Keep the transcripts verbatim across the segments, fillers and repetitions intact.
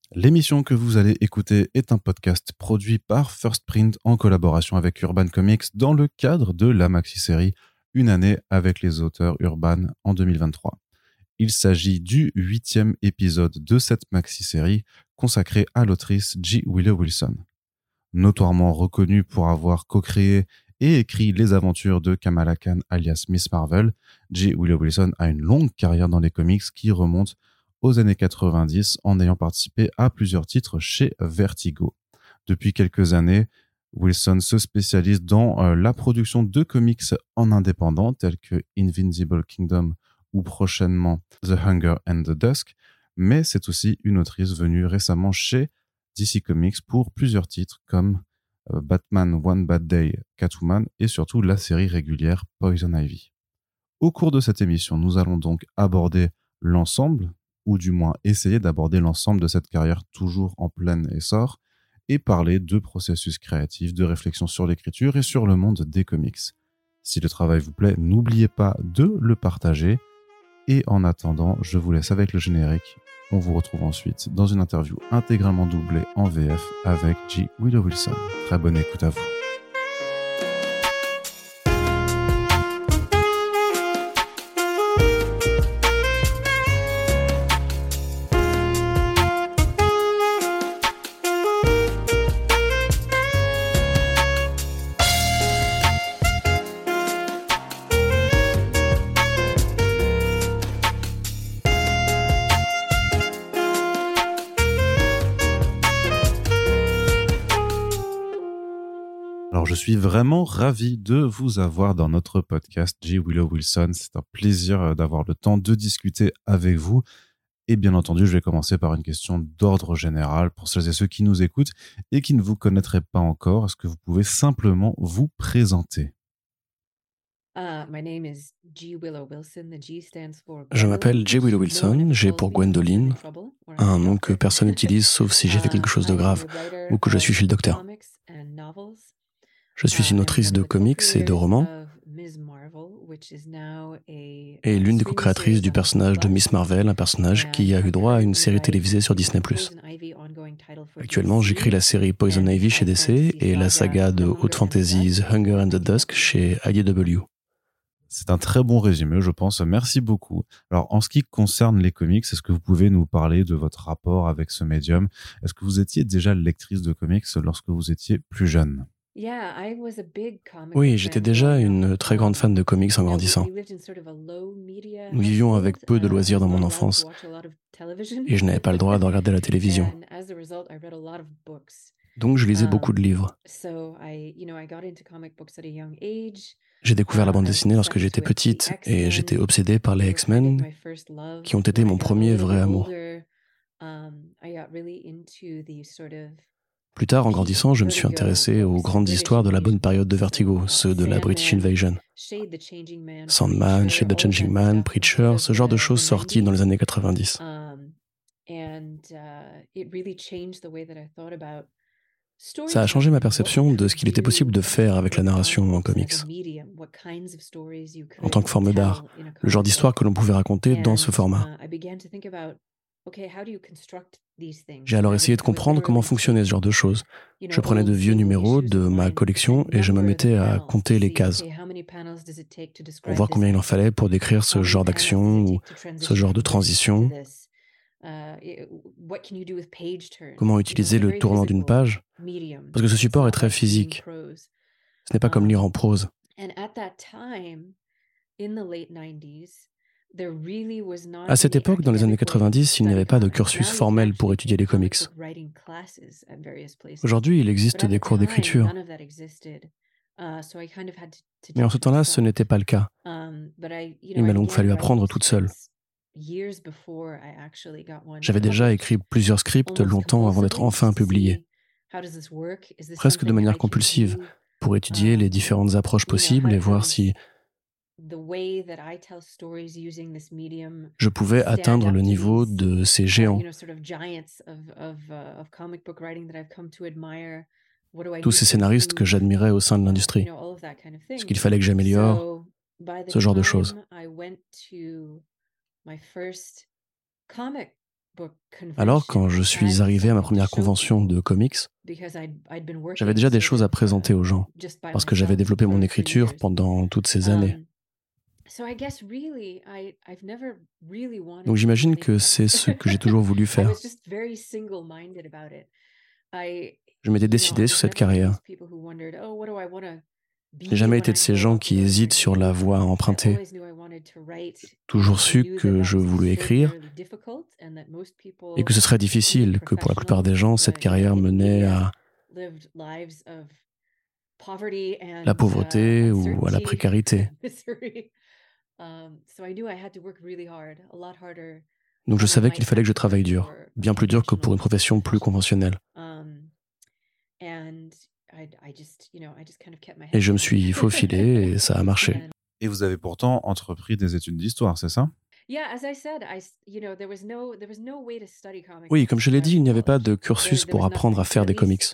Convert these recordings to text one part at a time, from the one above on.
L'émission que vous allez écouter est un podcast produit par First Print en collaboration avec Urban Comics dans le cadre de la maxi-série Une année avec les auteurs Urban en deux mille vingt-trois. Il s'agit du huitième épisode de cette maxi-série consacrée à l'autrice G. Willow Wilson. Notoirement reconnue pour avoir co-créé et écrit les aventures de Kamala Khan alias Miss Marvel, G. Willow Wilson a une longue carrière dans les comics qui remonte aux années quatre-vingt-dix en ayant participé à plusieurs titres chez Vertigo. Depuis quelques années, Wilson se spécialise dans euh, la production de comics en indépendant tels que Invincible Kingdom ou prochainement The Hunger and the Dusk, mais c'est aussi une autrice venue récemment chez D C Comics pour plusieurs titres comme euh, Batman One Bad Day, Catwoman et surtout la série régulière Poison Ivy. Au cours de cette émission, nous allons donc aborder l'ensemble, ou du moins essayer d'aborder l'ensemble de cette carrière toujours en plein essor, et parler de processus créatifs, de réflexion sur l'écriture et sur le monde des comics. Si le travail vous plaît, n'oubliez pas de le partager. Et en attendant, je vous laisse avec le générique. On vous retrouve ensuite dans une interview intégralement doublée en V F avec G. Willow Wilson. Très bonne écoute à vous. Alors, je suis vraiment ravi de vous avoir dans notre podcast G. Willow Wilson. C'est un plaisir d'avoir le temps de discuter avec vous. Et bien entendu, je vais commencer par une question d'ordre général pour celles et ceux qui nous écoutent et qui ne vous connaîtraient pas encore. Est-ce que vous pouvez simplement vous présenter ? Je m'appelle G. Willow Wilson, G pour Gwendoline, un nom que personne n'utilise sauf si j'ai fait quelque chose de grave ou que je suis chez le docteur. Je suis une autrice de comics et de romans et l'une des co-créatrices du personnage de Miss Marvel, un personnage qui a eu droit à une série télévisée sur Disney plus. Actuellement, j'écris la série Poison Ivy chez D C et la saga de haute fantasy The Hunger and the Dusk chez I D W. C'est un très bon résumé, je pense. Merci beaucoup. Alors, en ce qui concerne les comics, est-ce que vous pouvez nous parler de votre rapport avec ce médium ? Est-ce que vous étiez déjà lectrice de comics lorsque vous étiez plus jeune ? Oui, j'étais déjà une très grande fan de comics en grandissant. Nous vivions avec peu de loisirs dans mon enfance et je n'avais pas le droit de regarder la télévision. Donc je lisais beaucoup de livres. J'ai découvert la bande dessinée lorsque j'étais petite et j'étais obsédée par les X-Men qui ont été mon premier vrai amour. Plus tard, en grandissant, je me suis intéressée aux grandes histoires de la bonne période de Vertigo, ceux de la British Invasion. Sandman, Shade the Changing Man, Preacher, ce genre de choses sorties dans les années quatre-vingt-dix. Ça a changé ma perception de ce qu'il était possible de faire avec la narration en comics. En tant que forme d'art, le genre d'histoire que l'on pouvait raconter dans ce format. J'ai alors essayé de comprendre comment fonctionnait ce genre de choses. Je prenais de vieux numéros de ma collection et je me mettais à compter les cases pour voir combien il en fallait pour décrire ce genre d'action ou ce genre de transition. Comment utiliser le tournant d'une page ? Parce que ce support est très physique. Ce n'est pas comme lire en prose. À cette époque, dans les années quatre-vingt-dix, il n'y avait pas de cursus formel pour étudier les comics. Aujourd'hui, il existe des cours d'écriture. Mais en ce temps-là, ce n'était pas le cas. Il m'a donc fallu apprendre toute seule. J'avais déjà écrit plusieurs scripts longtemps avant d'être enfin publié, presque de manière compulsive, pour étudier les différentes approches possibles et voir si je pouvais atteindre le niveau de ces géants. Tous ces scénaristes que j'admirais au sein de l'industrie. Ce qu'il fallait que j'améliore, ce genre de choses. Alors, quand je suis arrivé à ma première convention de comics, j'avais déjà des choses à présenter aux gens, parce que j'avais développé mon écriture pendant toutes ces années. Donc j'imagine que c'est ce que j'ai toujours voulu faire. Je m'étais décidé sur cette carrière. Je n'ai jamais été de ces gens qui hésitent sur la voie à emprunter. J'ai toujours su que je voulais écrire et que ce serait difficile, que pour la plupart des gens, cette carrière menait à la pauvreté ou à la précarité. Donc je savais qu'il fallait que je travaille dur, bien plus dur que pour une profession plus conventionnelle. Et je me suis faufilé et ça a marché. Et vous avez pourtant entrepris des études d'histoire, c'est ça? Oui, comme je l'ai dit, il n'y avait pas de cursus pour apprendre à faire des comics.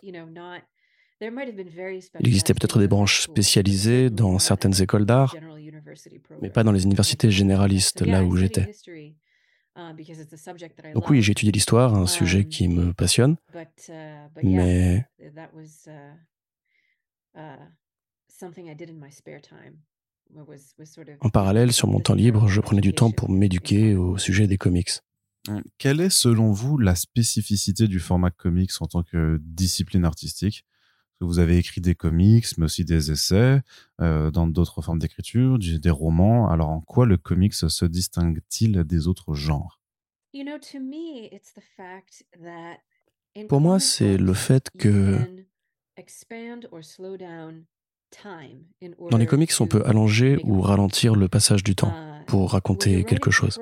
Il existait peut-être des branches spécialisées dans certaines écoles d'art, mais pas dans les universités généralistes, là où j'étais. Donc oui, j'ai étudié l'histoire, un sujet qui me passionne, mais en parallèle, sur mon temps libre, je prenais du temps pour m'éduquer au sujet des comics. Quelle est, selon vous, la spécificité du format comics en tant que discipline artistique? Vous avez écrit des comics, mais aussi des essais, euh, dans d'autres formes d'écriture, des romans. Alors, en quoi le comics se distingue-t-il des autres genres? Pour moi, c'est le fait que dans les comics, on peut allonger ou ralentir le passage du temps pour raconter quelque chose.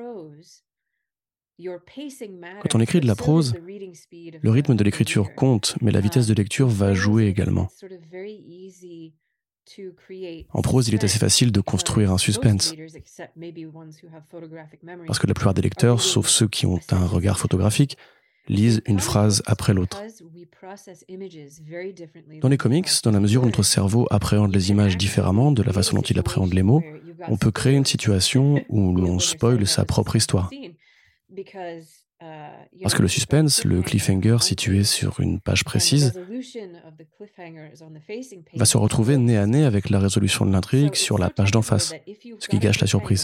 Quand on écrit de la prose, le rythme de l'écriture compte, mais la vitesse de lecture va jouer également. En prose, il est assez facile de construire un suspense, parce que la plupart des lecteurs, sauf ceux qui ont un regard photographique, lisent une phrase après l'autre. Dans les comics, dans la mesure où notre cerveau appréhende les images différemment de la façon dont il appréhende les mots, on peut créer une situation où l'on spoile sa propre histoire. Parce que le suspense, le cliffhanger situé sur une page précise, va se retrouver nez à nez avec la résolution de l'intrigue sur la page d'en face, ce qui gâche la surprise.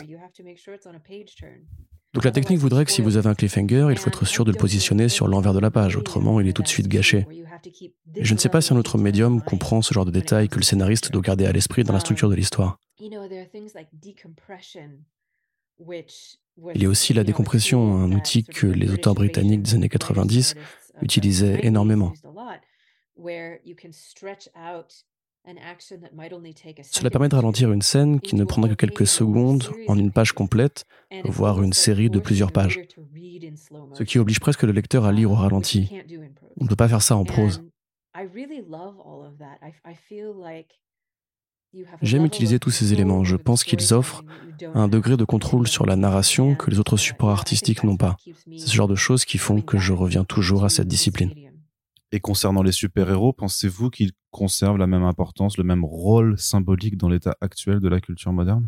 Donc la technique voudrait que si vous avez un cliffhanger, il faut être sûr de le positionner sur l'envers de la page, autrement il est tout de suite gâché. Et je ne sais pas si un autre médium comprend ce genre de détails que le scénariste doit garder à l'esprit dans la structure de l'histoire. Il y a aussi la décompression, un outil que les auteurs britanniques des années quatre-vingt-dix utilisaient énormément. Cela permet de ralentir une scène qui ne prendrait que quelques secondes en une page complète, voire une série de plusieurs pages. Ce qui oblige presque le lecteur à lire au ralenti. On ne peut pas faire ça en prose. J'aime utiliser tous ces éléments. Je pense qu'ils offrent un degré de contrôle sur la narration que les autres supports artistiques n'ont pas. C'est ce genre de choses qui font que je reviens toujours à cette discipline. Et concernant les super-héros, pensez-vous qu'ils conservent la même importance, le même rôle symbolique dans l'état actuel de la culture moderne?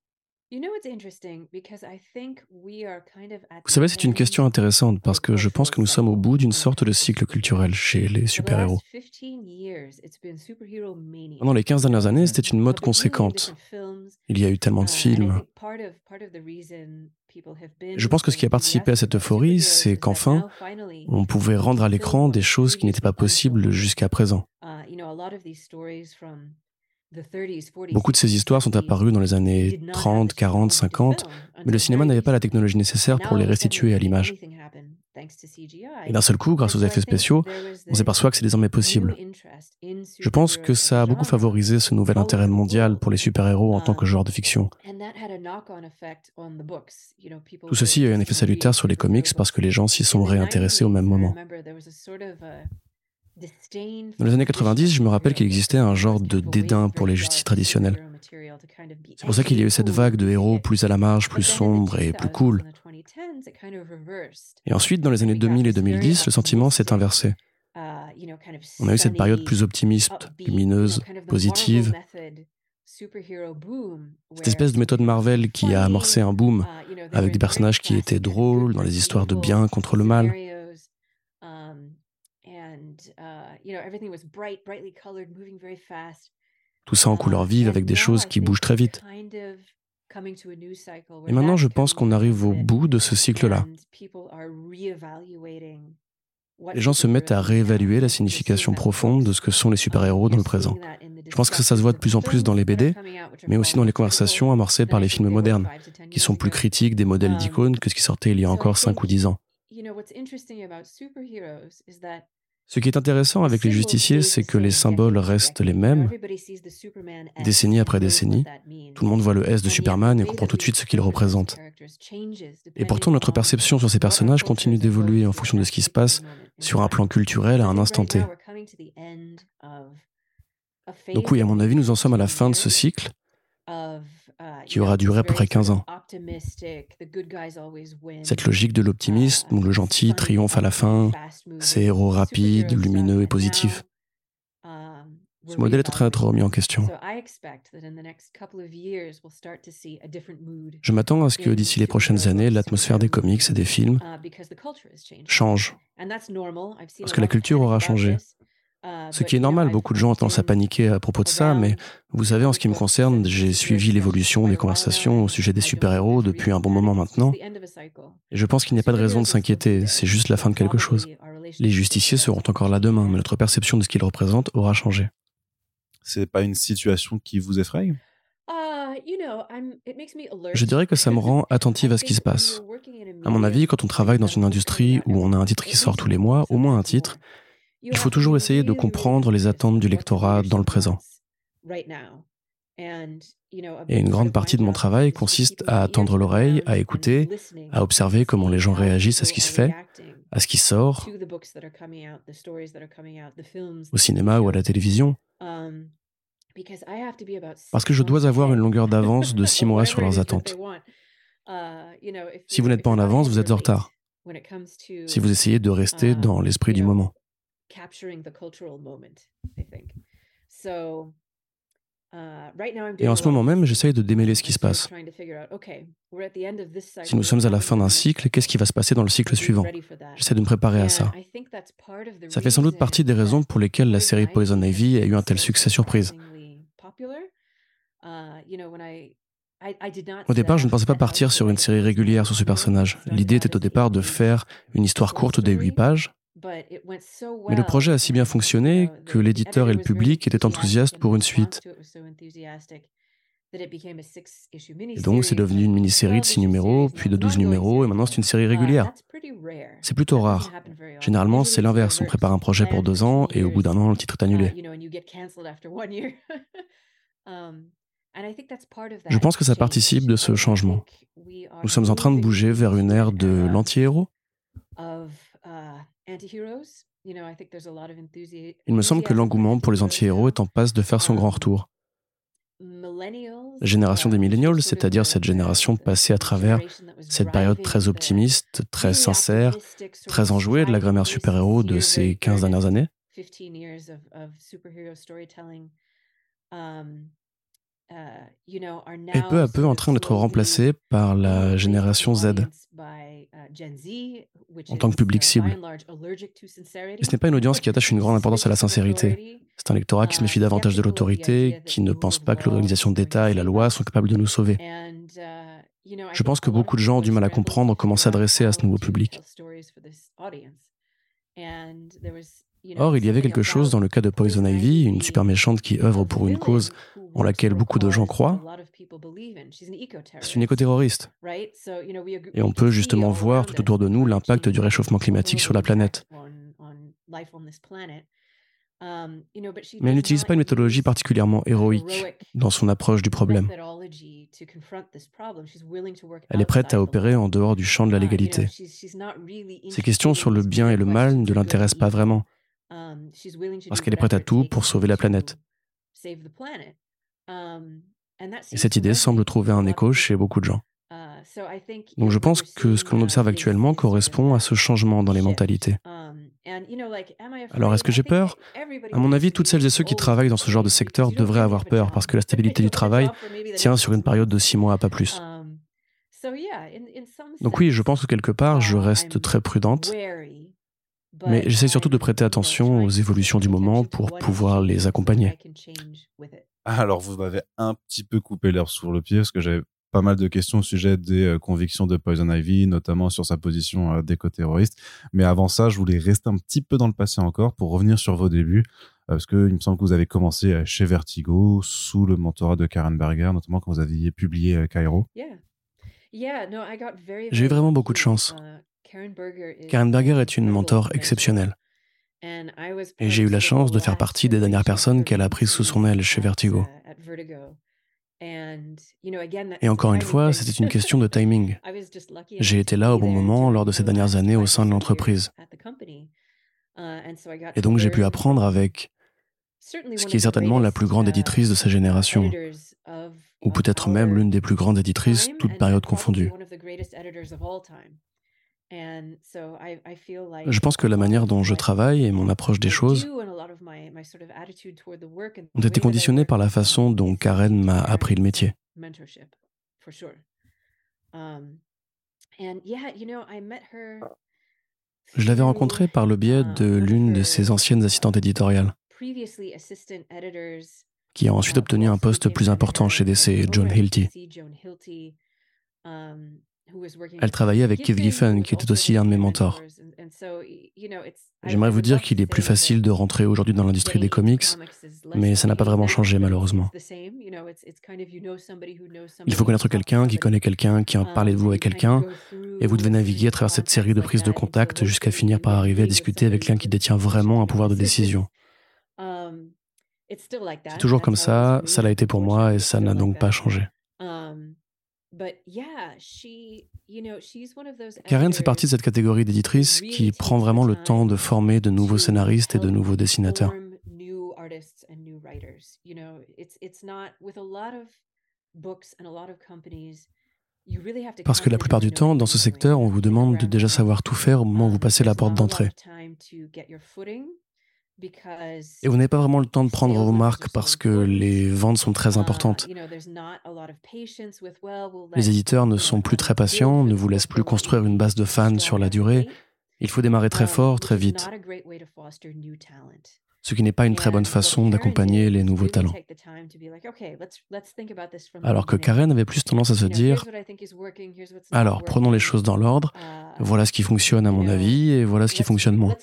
Vous savez, c'est une question intéressante parce que je pense que nous sommes au bout d'une sorte de cycle culturel chez les super-héros. Pendant les quinze dernières années, c'était une mode conséquente. Il y a eu tellement de films. Je pense que ce qui a participé à cette euphorie, c'est qu'enfin, on pouvait rendre à l'écran des choses qui n'étaient pas possibles jusqu'à présent. Beaucoup de ces histoires sont apparues dans les années trente, quarante, cinquante, mais le cinéma n'avait pas la technologie nécessaire pour les restituer à l'image. Et d'un seul coup, grâce aux effets spéciaux, on s'aperçoit que c'est désormais possible. Je pense que ça a beaucoup favorisé ce nouvel intérêt mondial pour les super-héros en tant que genre de fiction. Tout ceci a eu un effet salutaire sur les comics parce que les gens s'y sont réintéressés au même moment. Dans les années quatre-vingt-dix, je me rappelle qu'il existait un genre de dédain pour les justices traditionnelles. C'est pour ça qu'il y a eu cette vague de héros plus à la marge, plus sombres et plus cool. Et ensuite, dans les années deux mille et deux mille dix, le sentiment s'est inversé. On a eu cette période plus optimiste, lumineuse, positive, Cette espèce de méthode Marvel qui a amorcé un boom avec des personnages qui étaient drôles, dans les histoires de bien contre le mal. Tout ça en couleurs vives avec des choses qui bougent très vite. Et maintenant, je pense qu'on arrive au bout de ce cycle-là. Les gens se mettent à réévaluer la signification profonde de ce que sont les super-héros dans le présent. Je pense que ça, ça se voit de plus en plus dans les B D, mais aussi dans les conversations amorcées par les films modernes, qui sont plus critiques des modèles d'icônes que ce qui sortait il y a encore cinq ou dix ans. Ce qui est intéressant avec les justiciers, c'est que les symboles restent les mêmes, décennie après décennie. Tout le monde voit le S de Superman et comprend tout de suite ce qu'il représente. Et pourtant, notre perception sur ces personnages continue d'évoluer en fonction de ce qui se passe sur un plan culturel à un instant T. Donc oui, à mon avis, nous en sommes à la fin de ce cycle, qui aura duré à peu près quinze ans. Cette logique de l'optimisme où le gentil triomphe à la fin, ces héros rapides, lumineux et positifs. Ce modèle est en train d'être remis en question. Je m'attends à ce que d'ici les prochaines années, l'atmosphère des comics et des films change, parce que la culture aura changé. Ce qui est normal, beaucoup de gens ont tendance à paniquer à propos de ça, mais vous savez, en ce qui me concerne, j'ai suivi l'évolution des conversations au sujet des super-héros depuis un bon moment maintenant, et je pense qu'il n'y a pas de raison de s'inquiéter, c'est juste la fin de quelque chose. Les justiciers seront encore là demain, mais notre perception de ce qu'ils représentent aura changé. C'est pas une situation qui vous effraie ? Je dirais que ça me rend attentive à ce qui se passe. À mon avis, quand on travaille dans une industrie où on a un titre qui sort tous les mois, au moins un titre, il faut toujours essayer de comprendre les attentes du lectorat dans le présent. Et une grande partie de mon travail consiste à tendre l'oreille, à écouter, à observer comment les gens réagissent à ce qui se fait, à ce qui sort, au cinéma ou à la télévision, parce que je dois avoir une longueur d'avance de six mois sur leurs attentes. Si vous n'êtes pas en avance, vous êtes en retard. Si vous essayez de rester dans l'esprit du moment. Et en ce moment même, j'essaye de démêler ce qui se passe. Si nous sommes à la fin d'un cycle, qu'est-ce qui va se passer dans le cycle suivant ? J'essaie de me préparer à ça. Ça fait sans doute partie des raisons pour lesquelles la série Poison Ivy a eu un tel succès surprise. Au départ, je ne pensais pas partir sur une série régulière sur ce personnage. L'idée était au départ de faire une histoire courte de huit pages, mais le projet a si bien fonctionné que l'éditeur et le public étaient enthousiastes pour une suite. Et donc, c'est devenu une mini-série de six numéros, puis de douze numéros, et maintenant c'est une série régulière. C'est plutôt rare. Généralement, c'est l'inverse. On prépare un projet pour deux ans, et au bout d'un an, le titre est annulé. Je pense que ça participe de ce changement. Nous sommes en train de bouger vers une ère de l'anti-héros. Il me semble que l'engouement pour les anti-héros est en passe de faire son grand retour. La génération des millennials, c'est-à-dire cette génération passée à travers cette période très optimiste, très sincère, très enjouée de la grammaire super-héros de ces quinze dernières années, est peu à peu en train d'être remplacée par la génération Z, en tant que public cible. Et ce n'est pas une audience qui attache une grande importance à la sincérité. C'est un lectorat qui se méfie davantage de l'autorité, qui ne pense pas que l'organisation d'État et la loi sont capables de nous sauver. Je pense que beaucoup de gens ont du mal à comprendre comment s'adresser à ce nouveau public. Or, il y avait quelque chose dans le cas de Poison Ivy, une super méchante qui œuvre pour une cause en laquelle beaucoup de gens croient. C'est une écoterroriste. Et on peut justement voir tout autour de nous l'impact du réchauffement climatique sur la planète. Mais elle n'utilise pas une méthodologie particulièrement héroïque dans son approche du problème. Elle est prête à opérer en dehors du champ de la légalité. Ces questions sur le bien et le mal ne l'intéressent pas vraiment, parce qu'elle est prête à tout pour sauver la planète. Et cette idée semble trouver un écho chez beaucoup de gens. Donc je pense que ce que l'on observe actuellement correspond à ce changement dans les mentalités. Alors, est-ce que j'ai peur? À mon avis, toutes celles et ceux qui travaillent dans ce genre de secteur devraient avoir peur parce que la stabilité du travail tient sur une période de six mois, pas plus. Donc oui, je pense que quelque part, je reste très prudente, mais j'essaie surtout de prêter attention aux évolutions du moment pour pouvoir les accompagner. Alors, vous m'avez un petit peu coupé l'herbe sous le pied parce que j'avais pas mal de questions au sujet des euh, convictions de Poison Ivy, notamment sur sa position euh, d'éco-terroriste. Mais avant ça, je voulais rester un petit peu dans le passé encore pour revenir sur vos débuts. euh, Parce qu'il me semble que vous avez commencé euh, chez Vertigo, sous le mentorat de Karen Berger, notamment quand vous aviez publié euh, Cairo. J'ai eu vraiment beaucoup de chance. Karen Berger est une mentor exceptionnelle. Et j'ai eu la chance de faire partie des dernières personnes qu'elle a prises sous son aile chez Vertigo. Et encore une fois, c'était une question de timing. J'ai été là au bon moment lors de ces dernières années au sein de l'entreprise. Et donc j'ai pu apprendre avec ce qui est certainement la plus grande éditrice de sa génération, ou peut-être même l'une des plus grandes éditrices, toutes périodes confondues. Je pense que la manière dont je travaille et mon approche des choses ont été conditionnées par la façon dont Karen m'a appris le métier. Je l'avais rencontrée par le biais de l'une de ses anciennes assistantes éditoriales, qui a ensuite obtenu un poste plus important chez D C, John Hilty. Elle travaillait avec Keith Giffen, qui était aussi un de mes mentors. J'aimerais vous dire qu'il est plus facile de rentrer aujourd'hui dans l'industrie des comics, mais ça n'a pas vraiment changé malheureusement. Il faut connaître quelqu'un qui connaît quelqu'un qui a parlé de vous avec quelqu'un, et vous devez naviguer à travers cette série de prises de contact jusqu'à finir par arriver à discuter avec quelqu'un qui détient vraiment un pouvoir de décision. C'est toujours comme ça, ça l'a été pour moi et ça n'a donc pas changé. Karen fait partie de cette catégorie d'éditrices qui prend vraiment le temps de former de nouveaux scénaristes et de nouveaux dessinateurs. Parce que la plupart du temps, dans ce secteur, on vous demande de déjà savoir tout faire au moment où vous passez la porte d'entrée. Et vous n'avez pas vraiment le temps de prendre vos marques parce que les ventes sont très importantes. Les éditeurs ne sont plus très patients, ne vous laissent plus construire une base de fans sur la durée. Il faut démarrer très fort, très vite. Ce qui n'est pas une très bonne façon d'accompagner les nouveaux talents. Alors que Karen avait plus tendance à se dire « Alors, prenons les choses dans l'ordre, voilà ce qui fonctionne à mon avis et voilà ce qui fonctionne moins.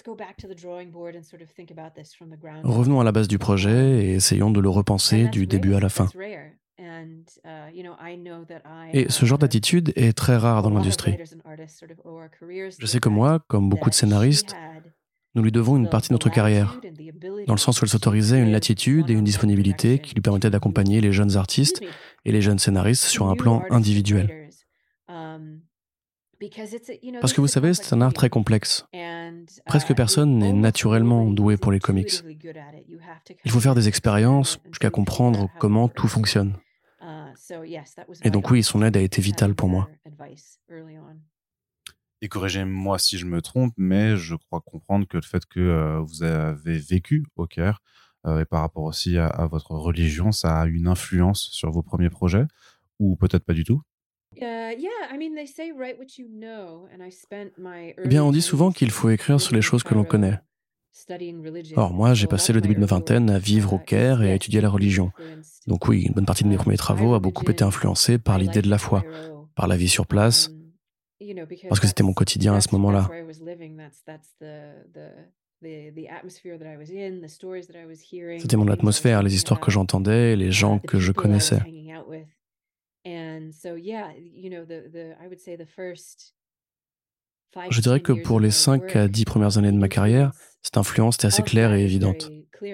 Revenons à la base du projet et essayons de le repenser du début à la fin. » Et ce genre d'attitude est très rare dans l'industrie. Je sais que moi, comme beaucoup de scénaristes, nous lui devons une partie de notre carrière, dans le sens où elle s'autorisait une latitude et une disponibilité qui lui permettaient d'accompagner les jeunes artistes et les jeunes scénaristes sur un plan individuel. Parce que vous savez, c'est un art très complexe. Presque personne n'est naturellement doué pour les comics. Il faut faire des expériences jusqu'à comprendre comment tout fonctionne. Et donc oui, son aide a été vitale pour moi. Et corrigez-moi si je me trompe, mais je crois comprendre que le fait que euh, vous avez vécu au Caire, euh, et par rapport aussi à, à votre religion, ça a une influence sur vos premiers projets, ou peut-être pas du tout? Eh bien, on dit souvent qu'il faut écrire sur les choses que l'on connaît. Or, moi, j'ai passé le début de ma vingtaine à vivre au Caire et à étudier la religion. Donc oui, une bonne partie de mes premiers travaux a beaucoup été influencée par l'idée de la foi, par la vie sur place, parce que c'était mon quotidien à ce moment-là. C'était mon atmosphère, les histoires que j'entendais, les gens que je connaissais. Je dirais que pour les cinq à dix premières années de ma carrière, cette influence était assez claire et évidente.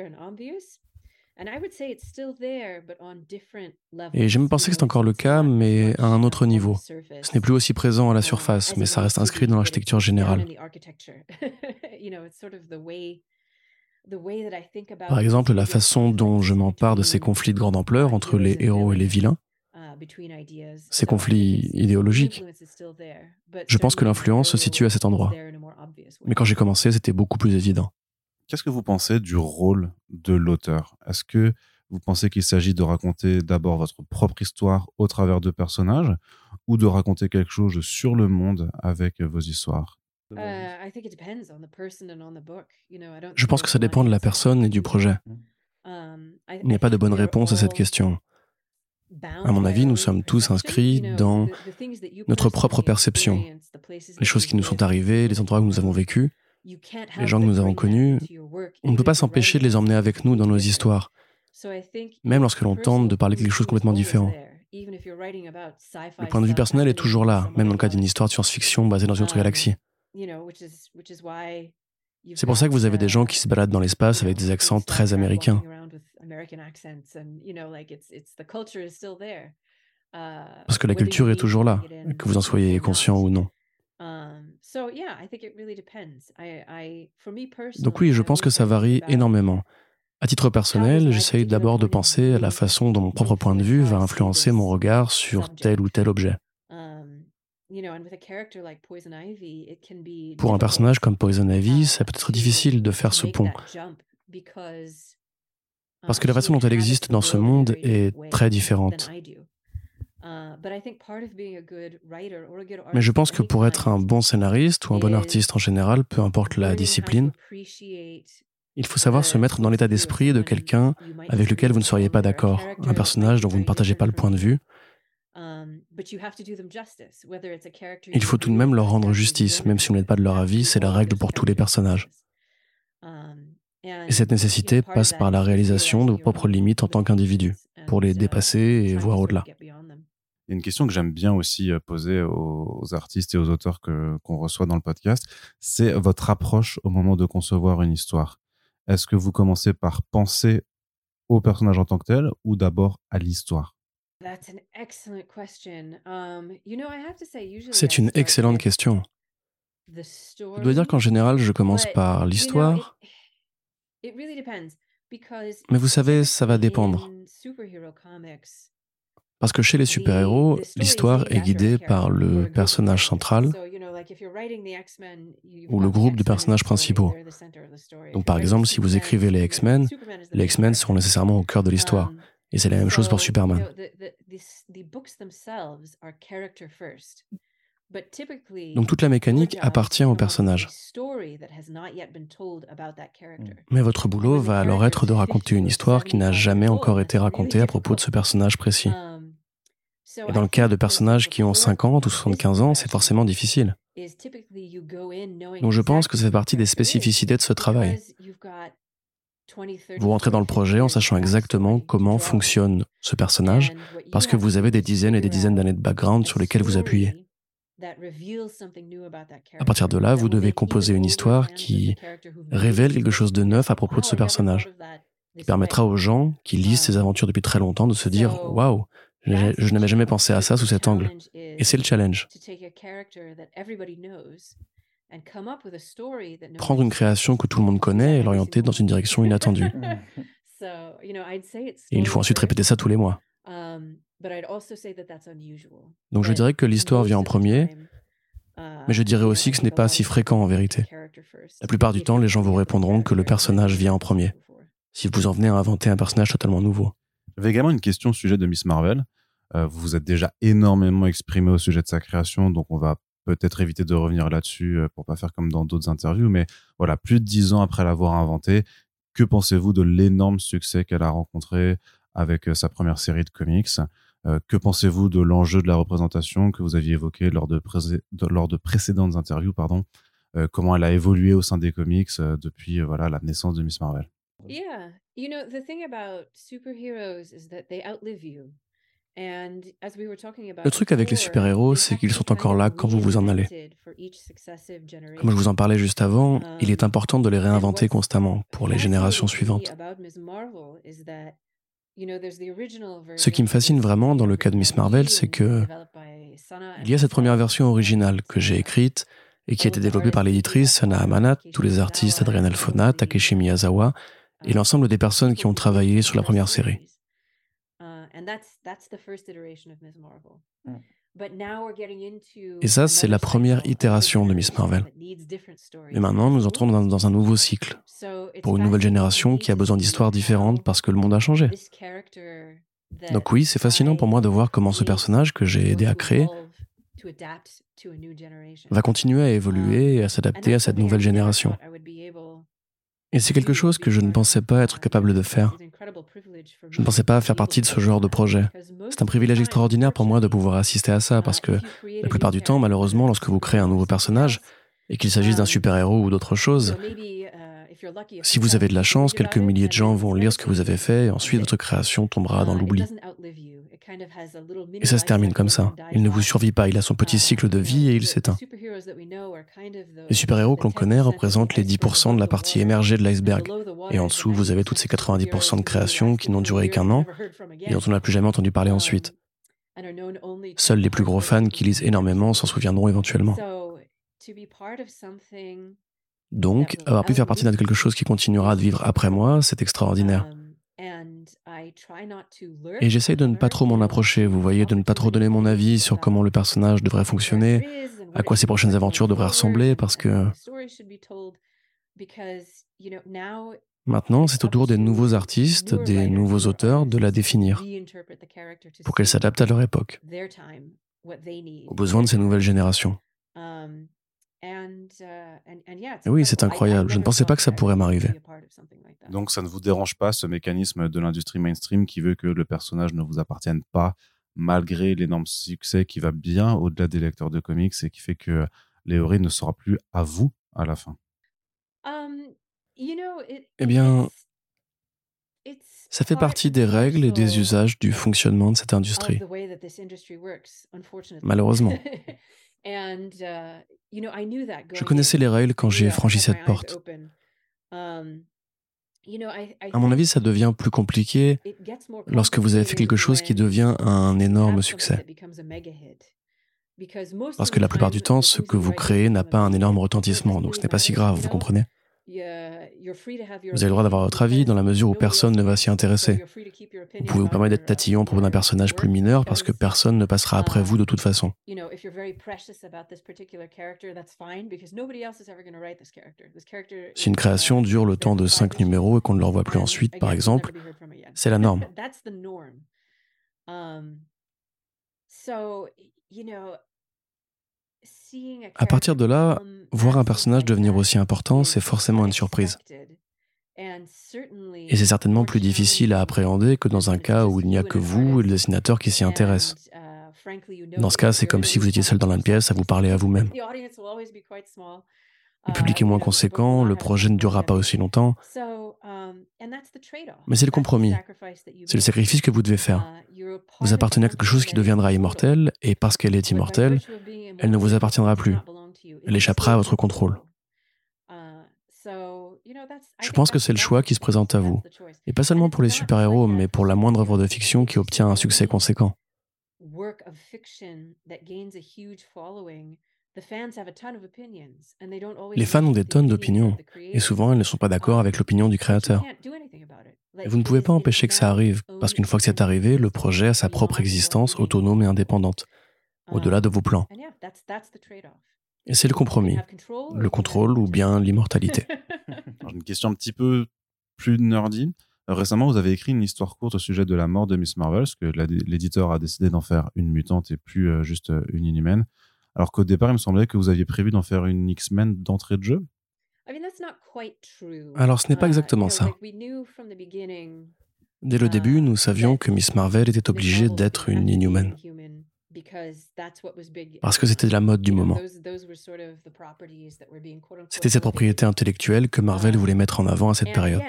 Et j'aime penser que c'est encore le cas, mais à un autre niveau. Ce n'est plus aussi présent à la surface, mais ça reste inscrit dans l'architecture générale. Par exemple, la façon dont je m'empare de ces conflits de grande ampleur entre les héros et les vilains, ces conflits idéologiques. Je pense que l'influence se situe à cet endroit. Mais quand j'ai commencé, c'était beaucoup plus évident. Qu'est-ce que vous pensez du rôle de l'auteur ? Est-ce que vous pensez qu'il s'agit de raconter d'abord votre propre histoire au travers de personnages ou de raconter quelque chose sur le monde avec vos histoires ? Je pense que ça dépend de la personne et du projet. Il n'y a pas de bonne réponse à cette question. À mon avis, nous sommes tous inscrits dans notre propre perception. Les choses qui nous sont arrivées, les endroits où nous avons vécu, les gens que nous avons connus, on ne peut pas s'empêcher de les emmener avec nous dans nos histoires, même lorsque l'on tente de parler de quelque chose de complètement différent. Le point de vue personnel est toujours là, même dans le cas d'une histoire de science-fiction basée dans une autre galaxie. C'est pour ça que vous avez des gens qui se baladent dans l'espace avec des accents très américains. Parce que la culture est toujours là, que vous en soyez conscient ou non. Donc oui, je pense que ça varie énormément. À titre personnel, j'essaye d'abord de penser à la façon dont mon propre point de vue va influencer mon regard sur tel ou tel objet. Pour un personnage comme Poison Ivy, ça peut être difficile de faire ce pont. Parce que la façon dont elle existe dans ce monde est très différente. Mais je pense que pour être un bon scénariste ou un bon artiste en général, peu importe la discipline, il faut savoir se mettre dans l'état d'esprit de quelqu'un avec lequel vous ne seriez pas d'accord, un personnage dont vous ne partagez pas le point de vue. Il faut tout de même leur rendre justice, même si vous n'êtes pas de leur avis, c'est la règle pour tous les personnages. Et cette nécessité passe par la réalisation de vos propres limites en tant qu'individu, pour les dépasser et voir au-delà. Il y a une question que j'aime bien aussi poser aux artistes et aux auteurs que, qu'on reçoit dans le podcast, c'est votre approche au moment de concevoir une histoire. Est-ce que vous commencez par penser au personnage en tant que tel ou d'abord à l'histoire ? C'est une excellente question. Je dois dire qu'en général, je commence par l'histoire. Mais vous savez, ça va dépendre. Parce que chez les super-héros, l'histoire est guidée par le personnage central ou le groupe de personnages principaux. Donc par exemple, si vous écrivez les X-Men, les X-Men seront nécessairement au cœur de l'histoire. Et c'est la même chose pour Superman. Donc toute la mécanique appartient au personnage. Mais votre boulot va alors être de raconter une histoire qui n'a jamais encore été racontée à propos de ce personnage précis. Et dans le cas de personnages qui ont cinquante ou soixante-quinze ans, c'est forcément difficile. Donc je pense que ça fait partie des spécificités de ce travail. Vous rentrez dans le projet en sachant exactement comment fonctionne ce personnage, parce que vous avez des dizaines et des dizaines d'années de background sur lesquelles vous appuyez. À partir de là, vous devez composer une histoire qui révèle quelque chose de neuf à propos de ce personnage, qui permettra aux gens qui lisent ces aventures depuis très longtemps de se dire « Waouh, je, je n'avais jamais pensé à ça sous cet angle ». Et c'est le challenge. Prendre une création que tout le monde connaît et l'orienter dans une direction inattendue. Et il faut ensuite répéter ça tous les mois. Donc je dirais que l'histoire vient en premier, mais je dirais aussi que ce n'est pas si fréquent en vérité. La plupart du temps, les gens vous répondront que le personnage vient en premier, si vous en venez à inventer un personnage totalement nouveau. J'avais également une question au sujet de Miss Marvel. Euh, vous vous êtes déjà énormément exprimé au sujet de sa création, donc on va peut-être éviter de revenir là-dessus pour pas faire comme dans d'autres interviews, mais voilà, plus de dix ans après l'avoir inventée, que pensez-vous de l'énorme succès qu'elle a rencontré avec sa première série de comics ? euh, Que pensez-vous de l'enjeu de la représentation que vous aviez évoqué lors de, pré- de, lors de précédentes interviews, pardon, euh, comment elle a évolué au sein des comics euh, depuis euh, voilà, la naissance de Miss Marvel ? Yeah, you know, the thing about superheroes is that they outlive you. Le truc avec les super-héros, c'est qu'ils sont encore là quand vous vous en allez. Comme je vous en parlais juste avant, il est important de les réinventer constamment pour les générations suivantes. Ce qui me fascine vraiment dans le cas de Miss Marvel, c'est que il y a cette première version originale que j'ai écrite et qui a été développée par l'éditrice Sana Amanat, tous les artistes Adrian Alphona, Takeshi Miyazawa et l'ensemble des personnes qui ont travaillé sur la première série. Et ça, c'est la première itération de Miss Marvel. Et maintenant, nous entrons dans, dans un nouveau cycle, pour une nouvelle génération qui a besoin d'histoires différentes parce que le monde a changé. Donc oui, c'est fascinant pour moi de voir comment ce personnage que j'ai aidé à créer va continuer à évoluer et à s'adapter à cette nouvelle génération. Et c'est quelque chose que je ne pensais pas être capable de faire. Je ne pensais pas faire partie de ce genre de projet. C'est un privilège extraordinaire pour moi de pouvoir assister à ça, parce que la plupart du temps, malheureusement, lorsque vous créez un nouveau personnage, et qu'il s'agisse d'un super-héros ou d'autre chose, si vous avez de la chance, quelques milliers de gens vont lire ce que vous avez fait, et ensuite votre création tombera dans l'oubli. Et ça se termine comme ça. Il ne vous survit pas, il a son petit cycle de vie et il s'éteint. Les super-héros que l'on connaît représentent les dix pour cent de la partie émergée de l'iceberg. Et en dessous, vous avez toutes ces quatre-vingt-dix pour cent de créations qui n'ont duré qu'un an et dont on n'a plus jamais entendu parler ensuite. Seuls les plus gros fans qui lisent énormément s'en souviendront éventuellement. Donc, avoir pu faire partie de quelque chose qui continuera de vivre après moi, c'est extraordinaire. Et j'essaye de ne pas trop m'en approcher, vous voyez, de ne pas trop donner mon avis sur comment le personnage devrait fonctionner, à quoi ses prochaines aventures devraient ressembler, parce que maintenant, c'est au tour des nouveaux artistes, des nouveaux auteurs, de la définir, pour qu'elle s'adapte à leur époque, aux besoins de ces nouvelles générations. Et oui, c'est incroyable. Je ne pensais pas que ça pourrait m'arriver. Donc, ça ne vous dérange pas, ce mécanisme de l'industrie mainstream qui veut que le personnage ne vous appartienne pas, malgré l'énorme succès qui va bien au-delà des lecteurs de comics et qui fait que Léorie ne sera plus à vous à la fin? Eh bien, ça fait partie des règles et des usages du fonctionnement de cette industrie. Malheureusement. Je connaissais les règles quand j'ai franchi cette porte. À mon avis, ça devient plus compliqué lorsque vous avez fait quelque chose qui devient un énorme succès. Parce que la plupart du temps, ce que vous créez n'a pas un énorme retentissement, donc ce n'est pas si grave, vous comprenez ? Vous avez le droit d'avoir votre avis dans la mesure où personne ne va s'y intéresser. Vous pouvez vous permettre d'être tatillon à propos d'un personnage plus mineur parce que personne ne passera après vous de toute façon. Si une création dure le temps de cinq numéros et qu'on ne le revoit plus ensuite, par exemple, c'est la norme. À partir de là, voir un personnage devenir aussi important, c'est forcément une surprise. Et c'est certainement plus difficile à appréhender que dans un cas où il n'y a que vous et le dessinateur qui s'y intéresse. Dans ce cas, c'est comme si vous étiez seul dans la pièce à vous parler à vous-même. Le public est moins conséquent, le projet ne durera pas aussi longtemps. Mais c'est le compromis. C'est le sacrifice que vous devez faire. Vous appartenez à quelque chose qui deviendra immortel, et parce qu'elle est immortelle, elle ne vous appartiendra plus. Elle échappera à votre contrôle. Je pense que c'est le choix qui se présente à vous. Et pas seulement pour les super-héros, mais pour la moindre œuvre de fiction qui obtient un succès conséquent. Les fans ont des tonnes d'opinions, et souvent elles ne sont pas d'accord avec l'opinion du créateur. Et vous ne pouvez pas empêcher que ça arrive, parce qu'une fois que c'est arrivé, le projet a sa propre existence autonome et indépendante, au-delà de vos plans. Et c'est le compromis, le contrôle ou bien l'immortalité. Alors, une question un petit peu plus nerdy. Récemment, vous avez écrit une histoire courte au sujet de la mort de Miss Marvel, parce que l'éditeur a décidé d'en faire une mutante et plus juste une inhumaine. Alors qu'au départ, il me semblait que vous aviez prévu d'en faire une X-Men d'entrée de jeu. Alors, ce n'est pas exactement ça. Dès le début, nous savions que Miss Marvel était obligée d'être une Inhuman. Parce que c'était la mode du moment. C'était cette propriété intellectuelle que Marvel voulait mettre en avant à cette période.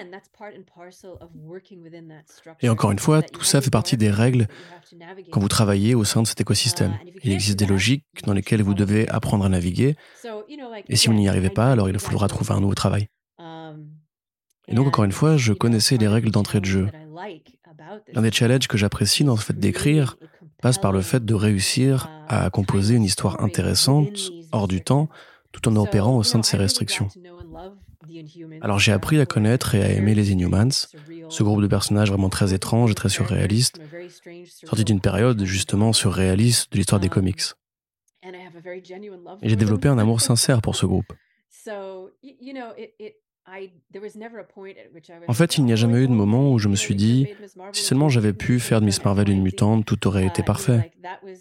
Et encore une fois, tout ça fait partie des règles quand vous travaillez au sein de cet écosystème. Il existe des logiques dans lesquelles vous devez apprendre à naviguer, et si vous n'y arrivez pas, alors il faudra trouver un nouveau travail. Et donc, encore une fois, je connaissais les règles d'entrée de jeu. L'un des challenges que j'apprécie dans le fait d'écrire passe par le fait de réussir à composer une histoire intéressante, hors du temps, tout en opérant au sein de ces restrictions. Alors j'ai appris à connaître et à aimer les Inhumans, Ce groupe de personnages vraiment très étrange et très surréaliste, sorti d'une période justement surréaliste de l'histoire des comics. Et j'ai développé un amour sincère pour ce groupe. En fait, il n'y a jamais eu de moment où je me suis dit, si seulement j'avais pu faire de Miss Marvel une mutante, tout aurait été parfait.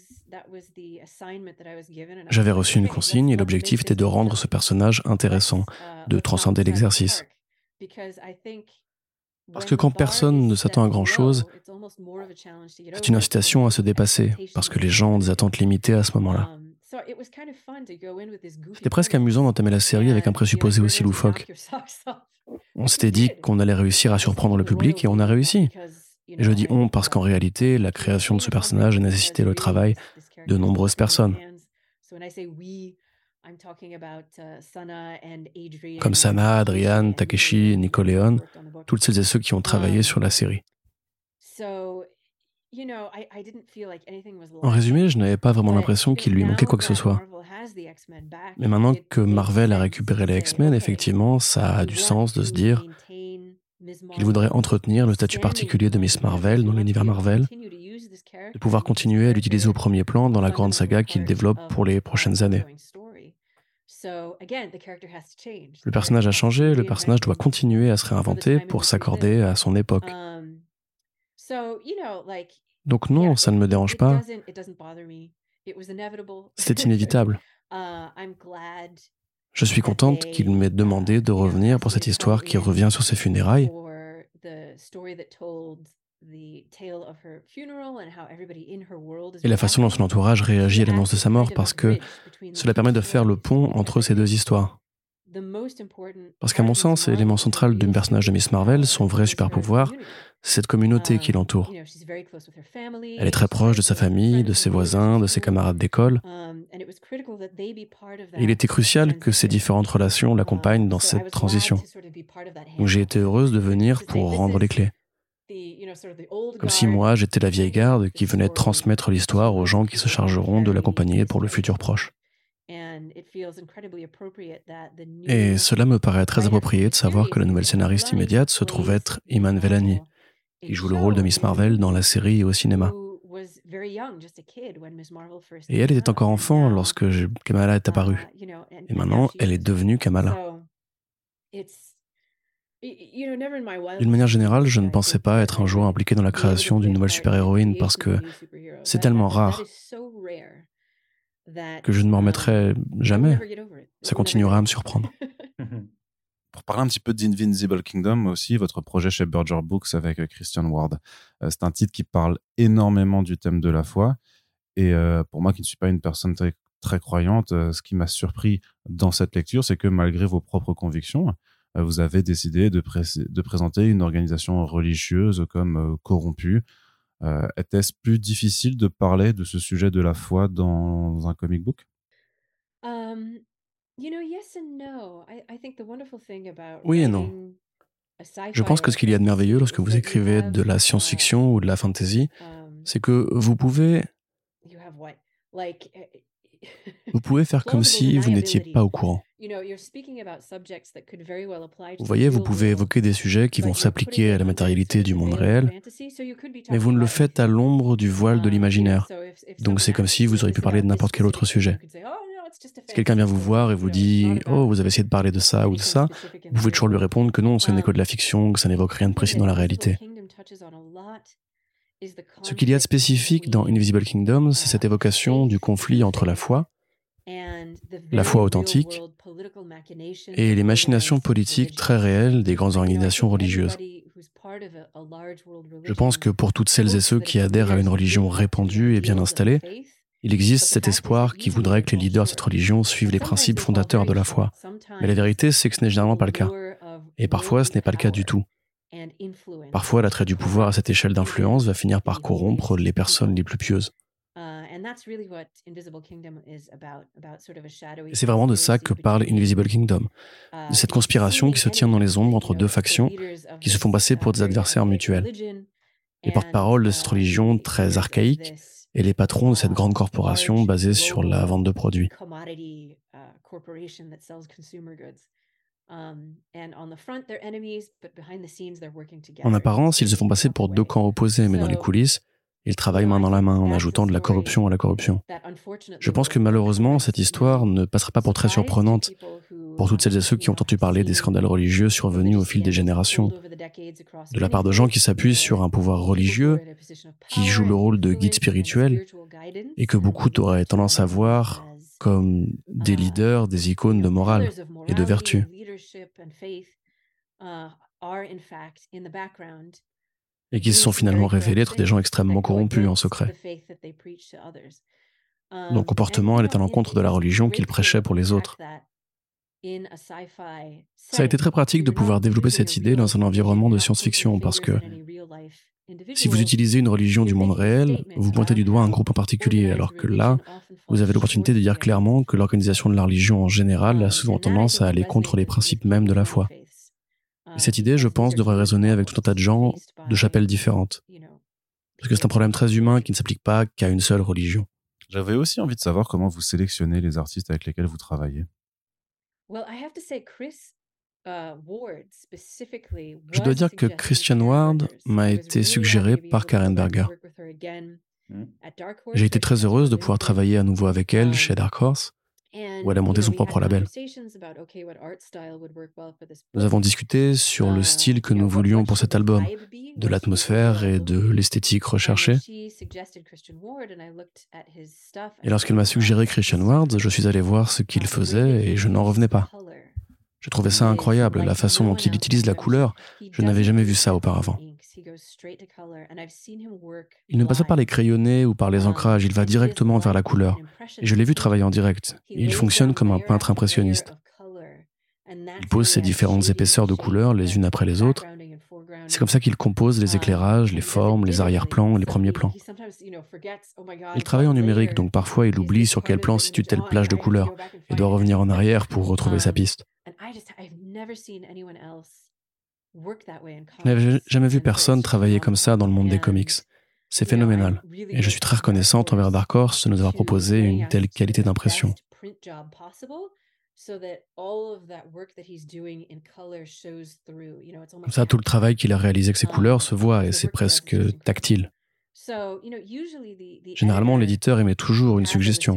J'avais reçu une consigne et l'objectif était de rendre ce personnage intéressant, de transcender l'exercice. Parce que quand personne ne s'attend à grand-chose, c'est une incitation à se dépasser, parce que les gens ont des attentes limitées à ce moment-là. C'était presque amusant d'entamer la série avec un présupposé aussi loufoque. On s'était dit qu'on allait réussir à surprendre le public et on a réussi. Et je dis on parce qu'en réalité, la création de ce personnage a nécessité le travail de nombreuses personnes. Comme Sana, Adrian, Takeshi, Nicoleon, toutes celles et ceux qui ont travaillé sur la série. En résumé, je n'avais pas vraiment l'impression qu'il lui manquait quoi que ce soit. Mais maintenant que Marvel a récupéré les X-Men, effectivement, ça a du sens de se dire qu'il voudrait entretenir le statut particulier de Miss Marvel dans l'univers Marvel, de pouvoir continuer à l'utiliser au premier plan dans la grande saga qu'il développe pour les prochaines années. Le personnage a changé, le personnage doit continuer à se réinventer pour s'accorder à son époque. Donc non, ça ne me dérange pas. C'était inévitable. Je suis contente qu'il m'ait demandé de revenir pour cette histoire qui revient sur ses funérailles. Et la façon dont son entourage réagit à l'annonce de sa mort, parce que cela permet de faire le pont entre ces deux histoires. Parce qu'à mon sens, l'élément central du personnage de Miss Marvel, son vrai super-pouvoir, c'est cette communauté qui l'entoure. Elle est très proche de sa famille, de ses voisins, de ses camarades d'école. Et il était crucial que ces différentes relations l'accompagnent dans cette transition. Donc j'ai été heureuse de venir pour rendre les clés. Comme si moi, j'étais la vieille garde qui venait transmettre l'histoire aux gens qui se chargeront de l'accompagner pour le futur proche. Et cela me paraît très approprié de savoir que la nouvelle scénariste immédiate se trouve être Iman Vellani, qui joue le rôle de Miss Marvel dans la série et au cinéma. Et elle était encore enfant lorsque je... Kamala est apparue. Et maintenant, elle est devenue Kamala. D'une manière générale, je ne pensais pas être un jour impliqué dans la création d'une nouvelle super-héroïne parce que c'est tellement rare que je ne m'en remettrai jamais. Ça continuera à me surprendre. Pour parler un petit peu d'Invincible Kingdom aussi, votre projet chez Berger Books avec Christian Ward. Euh, c'est un titre qui parle énormément du thème de la foi. Et euh, pour moi qui ne suis pas une personne très, très croyante, euh, ce qui m'a surpris dans cette lecture, c'est que malgré vos propres convictions, euh, vous avez décidé de, pré- de présenter une organisation religieuse comme euh, corrompue. Euh, était-ce plus difficile de parler de ce sujet de la foi dans un comic book? Um, you know, yes and no. I, I think the wonderful thing about Oui et non. writing a sci-fi Je pense que ce qu'il y a de merveilleux lorsque vous écrivez de la science-fiction ou de la fantasy, um, c'est que vous pouvez, you have what? Like vous pouvez faire comme si vous n'étiez pas au courant. Vous voyez, vous pouvez évoquer des sujets qui vont s'appliquer à la matérialité du monde réel, mais vous ne le faites à l'ombre du voile de l'imaginaire. Donc c'est comme si vous auriez pu parler de n'importe quel autre sujet. Si quelqu'un vient vous voir et vous dit « Oh, vous avez essayé de parler de ça ou de ça », vous pouvez toujours lui répondre que non, ce n'est que de la fiction, que ça n'évoque rien de précis dans la réalité. Ce qu'il y a de spécifique dans Invisible Kingdom, c'est cette évocation du conflit entre la foi, la foi authentique, et les machinations politiques très réelles des grandes organisations religieuses. Je pense que pour toutes celles et ceux qui adhèrent à une religion répandue et bien installée, il existe cet espoir qui voudrait que les leaders de cette religion suivent les principes fondateurs de la foi. Mais la vérité, c'est que ce n'est généralement pas le cas. Et parfois, ce n'est pas le cas du tout. Parfois, l'attrait du pouvoir à cette échelle d'influence va finir par corrompre les personnes les plus pieuses. Et c'est vraiment de ça que parle Invisible Kingdom, de cette conspiration qui se tient dans les ombres entre deux factions qui se font passer pour des adversaires mutuels. Les porte-paroles de cette religion très archaïque et les patrons de cette grande corporation basée sur la vente de produits. En apparence, ils se font passer pour deux camps opposés, mais dans les coulisses, ils travaillent main dans la main en ajoutant de la corruption à la corruption. Je pense que malheureusement, cette histoire ne passera pas pour très surprenante pour toutes celles et ceux qui ont entendu parler des scandales religieux survenus au fil des générations, de la part de gens qui s'appuient sur un pouvoir religieux, qui joue le rôle de guide spirituel, et que beaucoup auraient tendance à voir comme des leaders, des icônes de morale et de vertu. Et qui se sont finalement révélés être des gens extrêmement corrompus en secret. Leur comportement allait à l'encontre de la religion qu'ils prêchaient pour les autres. Ça a été très pratique de pouvoir développer cette idée dans un environnement de science-fiction parce que si vous utilisez une religion du monde réel, vous pointez du doigt un groupe en particulier, alors que là, vous avez l'opportunité de dire clairement que l'organisation de la religion en général a souvent tendance à aller contre les principes mêmes de la foi. Et cette idée, je pense, devrait résonner avec tout un tas de gens de chapelles différentes. Parce que c'est un problème très humain qui ne s'applique pas qu'à une seule religion. J'avais aussi envie de savoir comment vous sélectionnez les artistes avec lesquels vous travaillez. Je dois dire que Christian Ward m'a été suggéré par Karen Berger. J'ai été très heureuse de pouvoir travailler à nouveau avec elle chez Dark Horse, où elle a monté son propre label. Nous avons discuté sur le style que nous voulions pour cet album, de l'atmosphère et de l'esthétique recherchée. Et lorsqu'elle m'a suggéré Christian Ward, je suis allé voir ce qu'il faisait et je n'en revenais pas. Je trouvais ça incroyable, la façon dont il utilise la couleur. Je n'avais jamais vu ça auparavant. Il ne passe pas par les crayonnés ou par les ancrages, il va directement vers la couleur. Et je l'ai vu travailler en direct. Et il fonctionne comme un peintre impressionniste. Il pose ses différentes épaisseurs de couleurs les unes après les autres. C'est comme ça qu'il compose les éclairages, les formes, les arrière-plans et les premiers plans. Il travaille en numérique, donc parfois il oublie sur quel plan situe telle plage de couleurs et doit revenir en arrière pour retrouver sa piste. Je n'avais jamais vu personne travailler comme ça dans le monde des comics. C'est phénoménal. Et je suis très reconnaissante envers Dark Horse de nous avoir proposé une telle qualité d'impression. Comme ça, tout le travail qu'il a réalisé avec ses couleurs se voit et c'est presque tactile. Généralement, l'éditeur émet toujours une suggestion.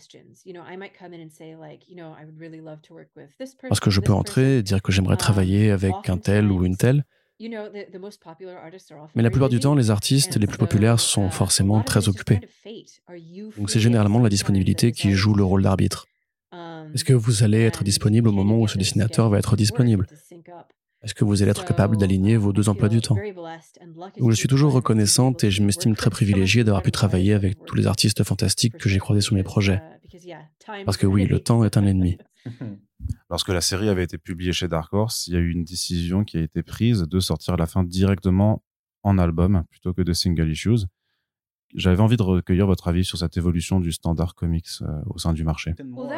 Parce que je peux entrer et dire que j'aimerais travailler avec un tel ou une telle. Mais la plupart du temps, les artistes les plus populaires sont forcément très occupés. Donc c'est généralement la disponibilité qui joue le rôle d'arbitre. Est-ce que vous allez être disponible au moment où ce dessinateur va être disponible ? Est-ce que vous allez être capable d'aligner vos deux emplois du temps ? Donc je suis toujours reconnaissante et je m'estime très privilégiée d'avoir pu travailler avec tous les artistes fantastiques que j'ai croisés sur mes projets. Parce que oui, le temps est un ennemi. Lorsque la série avait été publiée chez Dark Horse, il y a eu une décision qui a été prise de sortir la fin directement en album plutôt que de single issues. J'avais envie de recueillir votre avis sur cette évolution du standard comics euh, au sein du marché.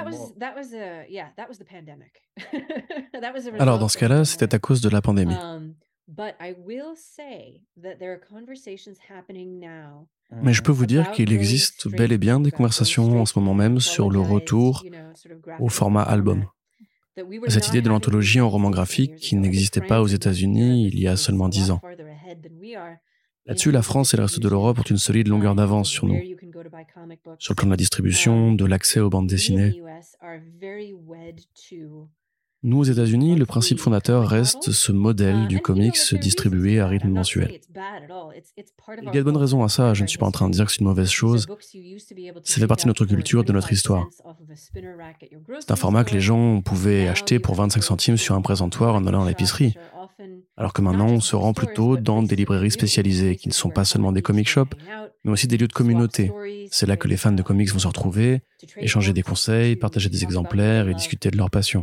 Alors dans ce cas-là, c'était à cause de la pandémie. Mais je peux vous dire qu'il existe bel et bien des conversations en ce moment même sur le retour au format album. Cette idée de l'anthologie en roman graphique qui n'existait pas aux États-Unis il y a seulement dix ans. Là-dessus, la France et le reste de l'Europe ont une solide longueur d'avance sur nous. Sur le plan de la distribution, de l'accès aux bandes dessinées. Nous, aux États-Unis, le principe fondateur reste ce modèle du comics distribué à rythme mensuel. Il y a de bonnes raisons à ça, je ne suis pas en train de dire que c'est une mauvaise chose. Ça fait partie de notre culture, de notre histoire. C'est un format que les gens pouvaient acheter pour vingt-cinq centimes sur un présentoir en allant à l'épicerie. Alors que maintenant, on se rend plutôt dans des librairies spécialisées qui ne sont pas seulement des comic shops, mais aussi des lieux de communauté. C'est là que les fans de comics vont se retrouver, échanger des conseils, partager des exemplaires et discuter de leur passion.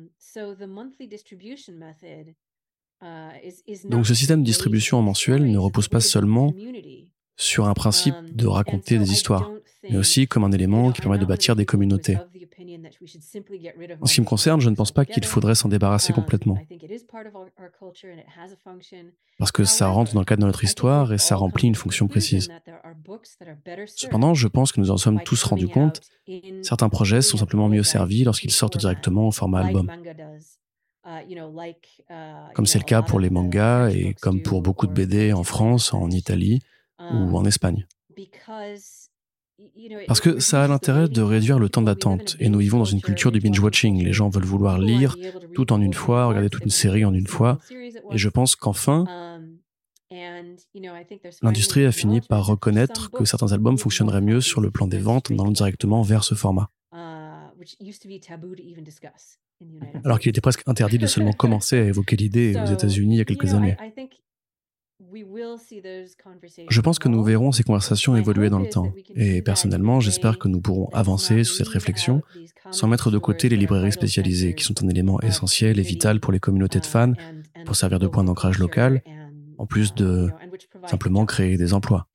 Donc ce système de distribution en mensuel ne repose pas seulement sur un principe de raconter des histoires, mais aussi comme un élément qui permet de bâtir des communautés. En ce qui me concerne, je ne pense pas qu'il faudrait s'en débarrasser complètement. Parce que ça rentre dans le cadre de notre histoire et ça remplit une fonction précise. Cependant, je pense que nous en sommes tous rendus compte, certains projets sont simplement mieux servis lorsqu'ils sortent directement au format album. comme c'est le cas pour les mangas et comme pour beaucoup de B D en France, en Italie ou en Espagne. Parce que ça a l'intérêt de réduire le temps d'attente, et nous vivons dans une culture du binge-watching. Les gens veulent vouloir lire tout en une fois, regarder toute une série en une fois, et je pense qu'enfin, l'industrie a fini par reconnaître que certains albums fonctionneraient mieux sur le plan des ventes en allant directement vers ce format. Alors qu'il était presque interdit de seulement commencer à évoquer l'idée aux États-Unis il y a quelques années. Je pense que nous verrons ces conversations évoluer dans le temps. Et personnellement, j'espère que nous pourrons avancer sur cette réflexion sans mettre de côté les librairies spécialisées, qui sont un élément essentiel et vital pour les communautés de fans, pour servir de point d'ancrage local, en plus de simplement créer des emplois.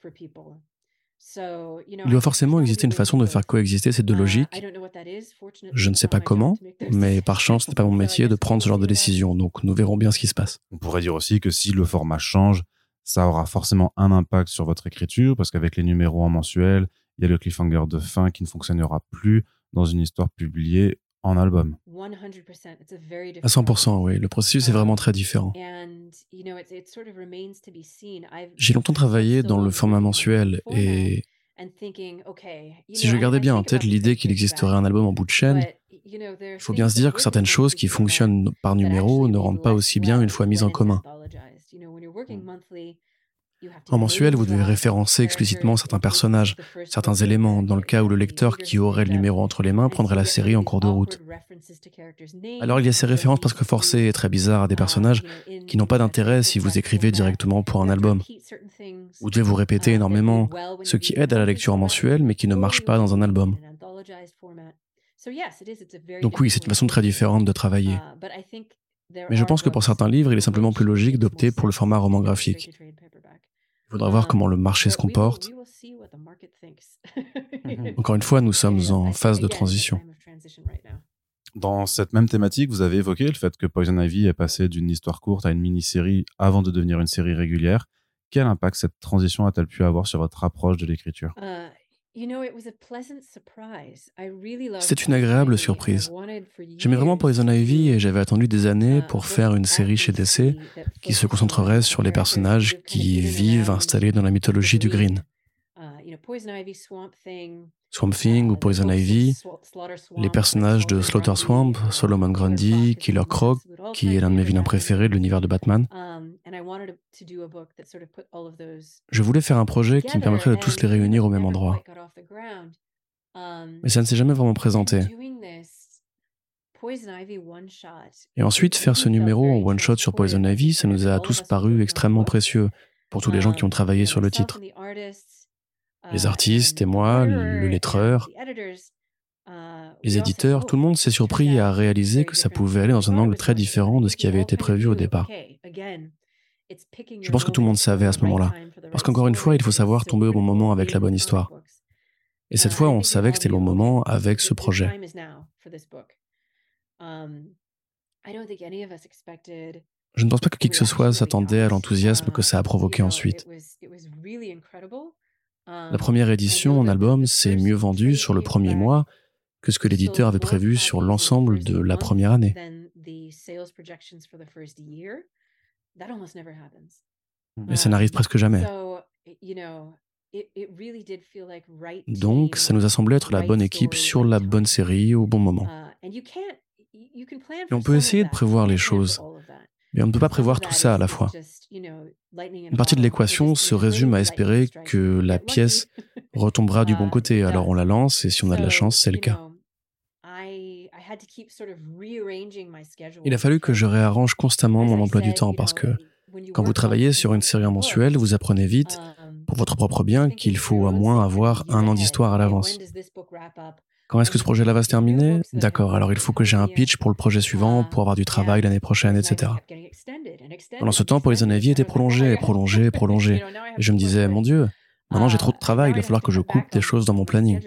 Il doit forcément exister une façon de faire coexister ces deux logiques. Je ne sais pas comment, mais par chance, ce n'est pas mon métier de prendre ce genre de décision, donc nous verrons bien ce qui se passe. On pourrait dire aussi que si le format change, ça aura forcément un impact sur votre écriture, parce qu'avec les numéros en mensuel, il y a le cliffhanger de fin qui ne fonctionnera plus dans une histoire publiée en album. À cent pour cent, oui. Le processus est vraiment très différent. J'ai longtemps travaillé dans le format mensuel et si je gardais bien en tête l'idée qu'il existerait un album en bout de chaîne, il faut bien se dire que certaines choses qui fonctionnent par numéro ne rendent pas aussi bien une fois mises en commun. En mensuel, vous devez référencer explicitement certains personnages, certains éléments, dans le cas où le lecteur qui aurait le numéro entre les mains prendrait la série en cours de route. Alors il y a ces références presque forcées et très bizarres à des personnages qui n'ont pas d'intérêt si vous écrivez directement pour un album. Vous devez vous répéter énormément, ce qui aide à la lecture en mensuel, mais qui ne marche pas dans un album. Donc oui, c'est une façon très différente de travailler. Mais je pense que pour certains livres, il est simplement plus logique d'opter pour le format roman graphique. Il faudra voir comment le marché se comporte. Encore une fois, nous sommes en phase de transition. Dans cette même thématique, vous avez évoqué le fait que Poison Ivy est passé d'une histoire courte à une mini-série avant de devenir une série régulière. Quel impact cette transition a-t-elle pu avoir sur votre approche de l'écriture ? C'était une agréable surprise. J'aimais vraiment Poison Ivy et j'avais attendu des années pour faire une série chez D C qui se concentrerait sur les personnages qui vivent installés dans la mythologie du Green. Swamp Thing ou Poison Ivy, les personnages de Slaughter Swamp, Solomon Grundy, Killer Croc, qui est l'un de mes vilains préférés de l'univers de Batman. Je voulais faire un projet qui me permettrait de tous les réunir au même endroit. Mais ça ne s'est jamais vraiment présenté. Et ensuite, faire ce numéro en one-shot sur Poison Ivy, ça nous a tous paru extrêmement précieux pour tous les gens qui ont travaillé sur le titre. Les artistes et moi, le lettreur, les éditeurs, tout le monde s'est surpris à réaliser que ça pouvait aller dans un angle très différent de ce qui avait été prévu au départ. Je pense que tout le monde savait à ce moment-là. Parce qu'encore une fois, il faut savoir tomber au bon moment avec la bonne histoire. Et cette fois, on savait que c'était le bon moment avec ce projet. Je ne pense pas que qui que ce soit s'attendait à l'enthousiasme que ça a provoqué ensuite. La première édition en album s'est mieux vendue sur le premier mois que ce que l'éditeur avait prévu sur l'ensemble de la première année. Mais ça n'arrive presque jamais. Donc, ça nous a semblé être la bonne équipe sur la bonne série au bon moment. Et on peut essayer de prévoir les choses, mais on ne peut pas prévoir tout ça à la fois. Une partie de l'équation se résume à espérer que la pièce retombera du bon côté, alors on la lance et si on a de la chance, c'est le cas. Il a fallu que je réarrange constamment mon emploi du temps parce que quand vous travaillez sur une série mensuelle, vous apprenez vite, pour votre propre bien, qu'il faut au moins avoir un an d'histoire à l'avance. Quand est-ce que ce projet-là va se terminer ? D'accord, alors il faut que j'ai un pitch pour le projet suivant, pour avoir du travail l'année prochaine, et cetera. Pendant ce temps, Poison Ivy était prolongé, prolongé, prolongé. Et je me disais, mon Dieu, maintenant j'ai trop de travail, il va falloir que je coupe des choses dans mon planning.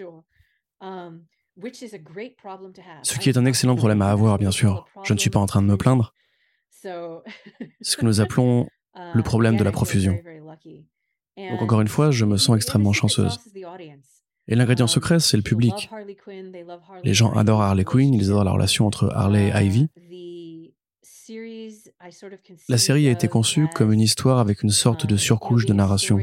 Ce qui est un excellent problème à avoir, bien sûr. Je ne suis pas en train de me plaindre. C'est ce que nous appelons le problème de la profusion. Donc encore une fois, je me sens extrêmement chanceuse. Et l'ingrédient secret, c'est le public. Les gens adorent Harley Quinn, ils adorent la relation entre Harley et Ivy. La série a été conçue comme une histoire avec une sorte de surcouche de narration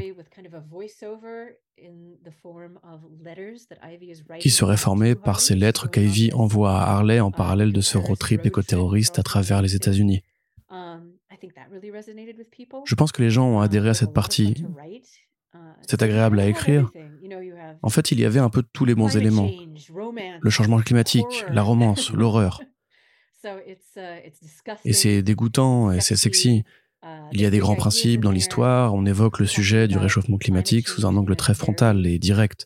qui serait formée par ces lettres qu'Ivy envoie à Harley en parallèle de ce road trip éco-terroriste à travers les États-Unis. Je pense que les gens ont adhéré à cette partie. C'est agréable à écrire. En fait, il y avait un peu de tous les bons éléments. Le changement climatique, la romance, l'horreur. Et c'est dégoûtant et c'est sexy. Il y a des grands principes dans l'histoire, on évoque le sujet du réchauffement climatique sous un angle très frontal et direct.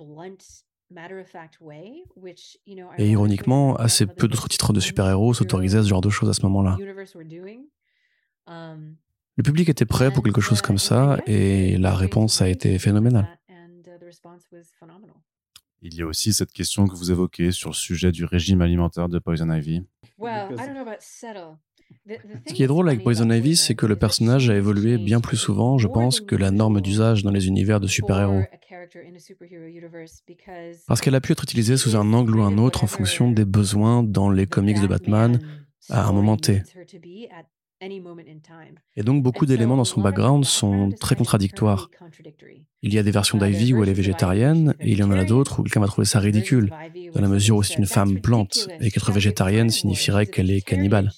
Et ironiquement, assez peu d'autres titres de super-héros s'autorisaient ce genre de choses à ce moment-là. Le public était prêt pour quelque chose comme ça et la réponse a été phénoménale. Il y a aussi cette question que vous évoquez sur le sujet du régime alimentaire de Poison Ivy. Ce qui est drôle avec Poison Ivy, c'est que le personnage a évolué bien plus souvent, je pense, que la norme d'usage dans les univers de super-héros. Parce qu'elle a pu être utilisée sous un angle ou un autre en fonction des besoins dans les comics de Batman à un moment T. Et donc beaucoup d'éléments dans son background sont très contradictoires. Il y a des versions d'Ivy où elle est végétarienne, et il y en a d'autres où quelqu'un va trouver ça ridicule, dans la mesure où c'est une femme plante, et qu'être végétarienne signifierait qu'elle est cannibale.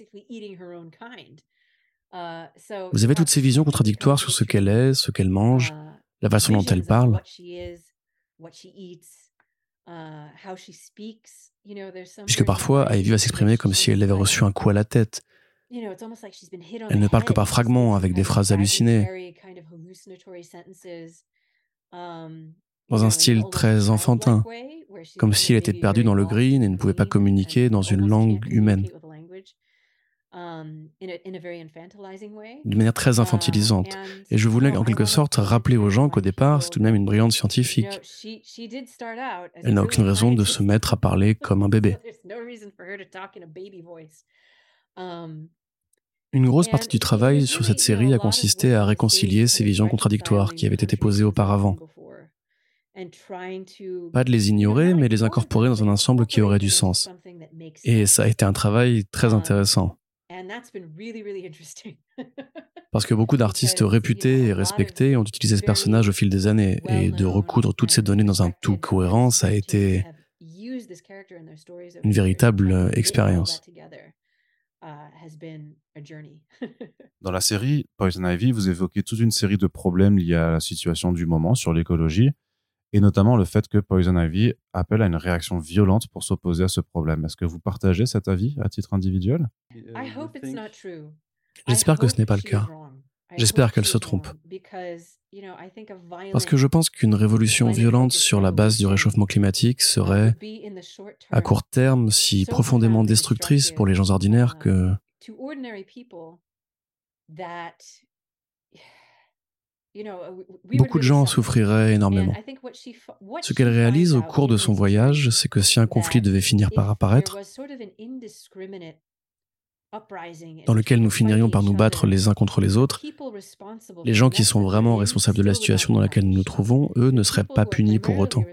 Vous avez toutes ces visions contradictoires sur ce qu'elle est, ce qu'elle mange, la façon dont elle parle. Puisque parfois, Ivy va s'exprimer comme si elle avait reçu un coup à la tête. Elle ne parle que par fragments, avec des phrases hallucinées, dans un style très enfantin, comme si elle était perdue dans le green et ne pouvait pas communiquer dans une langue humaine. De manière très infantilisante. Et je voulais en quelque sorte rappeler aux gens qu'au départ, c'est tout de même une brillante scientifique. Elle n'a aucune raison de se mettre à parler comme un bébé. Une grosse partie du travail sur cette série a consisté à réconcilier ces visions contradictoires qui avaient été posées auparavant. Pas de les ignorer, mais les incorporer dans un ensemble qui aurait du sens. Et ça a été un travail très intéressant. Parce que beaucoup d'artistes réputés et respectés ont utilisé ce personnage au fil des années, et de recoudre toutes ces données dans un tout cohérent, ça a été une véritable expérience. Dans la série Poison Ivy, vous évoquez toute une série de problèmes liés à la situation du moment sur l'écologie, et notamment le fait que Poison Ivy appelle à une réaction violente pour s'opposer à ce problème. Est-ce que vous partagez cet avis à titre individuel ? J'espère que ce n'est pas le cas. J'espère qu'elle se trompe. Parce que je pense qu'une révolution violente sur la base du réchauffement climatique serait, à court terme, si profondément destructrice pour les gens ordinaires que... Beaucoup de gens en souffriraient énormément. Ce qu'elle réalise au cours de son voyage, c'est que si un conflit devait finir par apparaître, dans lequel nous finirions par nous battre les uns contre les autres, les gens qui sont vraiment responsables de la situation dans laquelle nous nous trouvons, eux, ne seraient pas punis pour autant.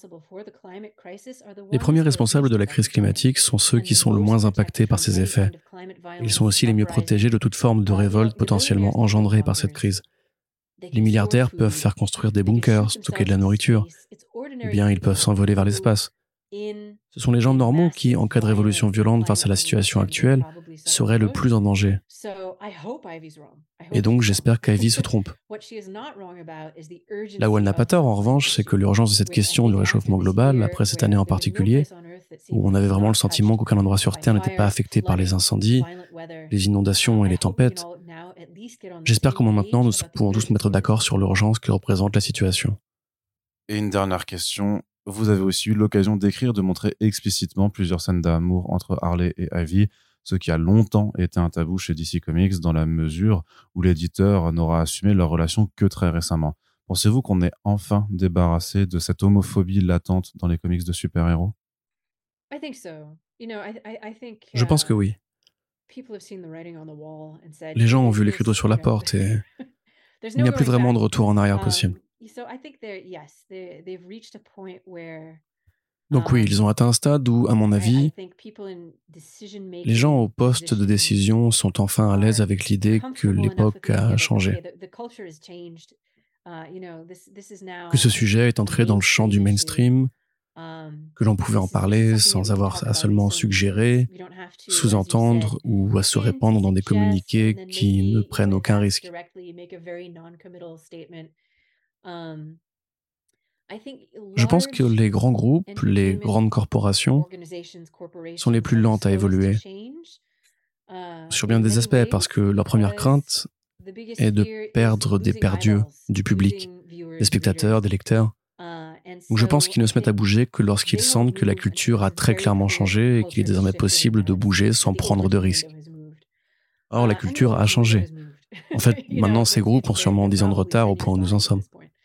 Les premiers responsables de la crise climatique sont ceux qui sont le moins impactés par ces effets. Ils sont aussi les mieux protégés de toute forme de révolte potentiellement engendrée par cette crise. Les milliardaires peuvent faire construire des bunkers, stocker de la nourriture, ou bien ils peuvent s'envoler vers l'espace. Ce sont les gens normaux qui, en cas de révolution violente face à la situation actuelle, seraient le plus en danger. Et donc, j'espère qu'Ivy se trompe. Là où elle n'a pas tort, en revanche, c'est que l'urgence de cette question du réchauffement global, après cette année en particulier, où on avait vraiment le sentiment qu'aucun endroit sur Terre n'était pas affecté par les incendies, les inondations et les tempêtes, j'espère qu'au moins maintenant, nous pouvons tous nous mettre d'accord sur l'urgence que représente la situation. Et une dernière question. Vous avez aussi eu l'occasion d'écrire, de montrer explicitement plusieurs scènes d'amour entre Harley et Ivy, ce qui a longtemps été un tabou chez D C Comics dans la mesure où l'éditeur n'aura assumé leur relation que très récemment. Pensez-vous qu'on est enfin débarrassé de cette homophobie latente dans les comics de super-héros ? Je pense que oui. Les gens ont vu l'écriture sur la porte et il n'y a plus vraiment de retour en arrière possible. Donc oui, ils ont atteint un stade où, à mon avis, les gens au poste de décision sont enfin à l'aise avec l'idée que l'époque a changé, que ce sujet est entré dans le champ du mainstream, que l'on pouvait en parler sans avoir à seulement suggérer, sous-entendre ou à se répandre dans des communiqués qui ne prennent aucun risque. Je pense que les grands groupes, les grandes corporations, sont les plus lentes à évoluer, sur bien des aspects, parce que leur première crainte est de perdre des perdus du public, des spectateurs, des lecteurs. Donc je pense qu'ils ne se mettent à bouger que lorsqu'ils sentent que la culture a très clairement changé et qu'il est désormais possible de bouger sans prendre de risques. Or, la culture a changé. En fait, maintenant, ces groupes ont sûrement dix ans de retard au point où nous en sommes.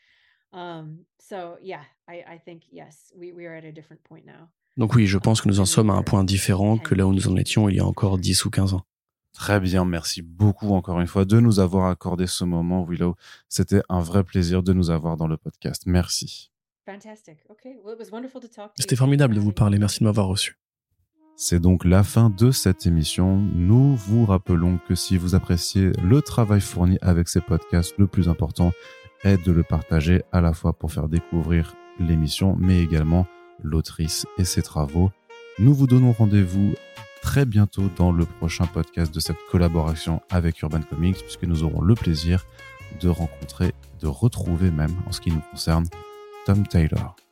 Donc oui, je pense que nous en sommes à un point différent que là où nous en étions il y a encore dix ou quinze ans. Très bien, merci beaucoup encore une fois de nous avoir accordé ce moment, Willow. C'était un vrai plaisir de nous avoir dans le podcast. Merci. C'était formidable de vous parler, merci de m'avoir reçu. C'est donc la fin de cette émission. Nous vous rappelons que si vous appréciez le travail fourni avec ces podcasts, le plus important est de le partager à la fois pour faire découvrir l'émission, mais également l'autrice et ses travaux. Nous vous donnons rendez-vous très bientôt dans le prochain podcast de cette collaboration avec Urban Comics, puisque nous aurons le plaisir de rencontrer, de retrouver même, en ce qui nous concerne, Tom Taylor.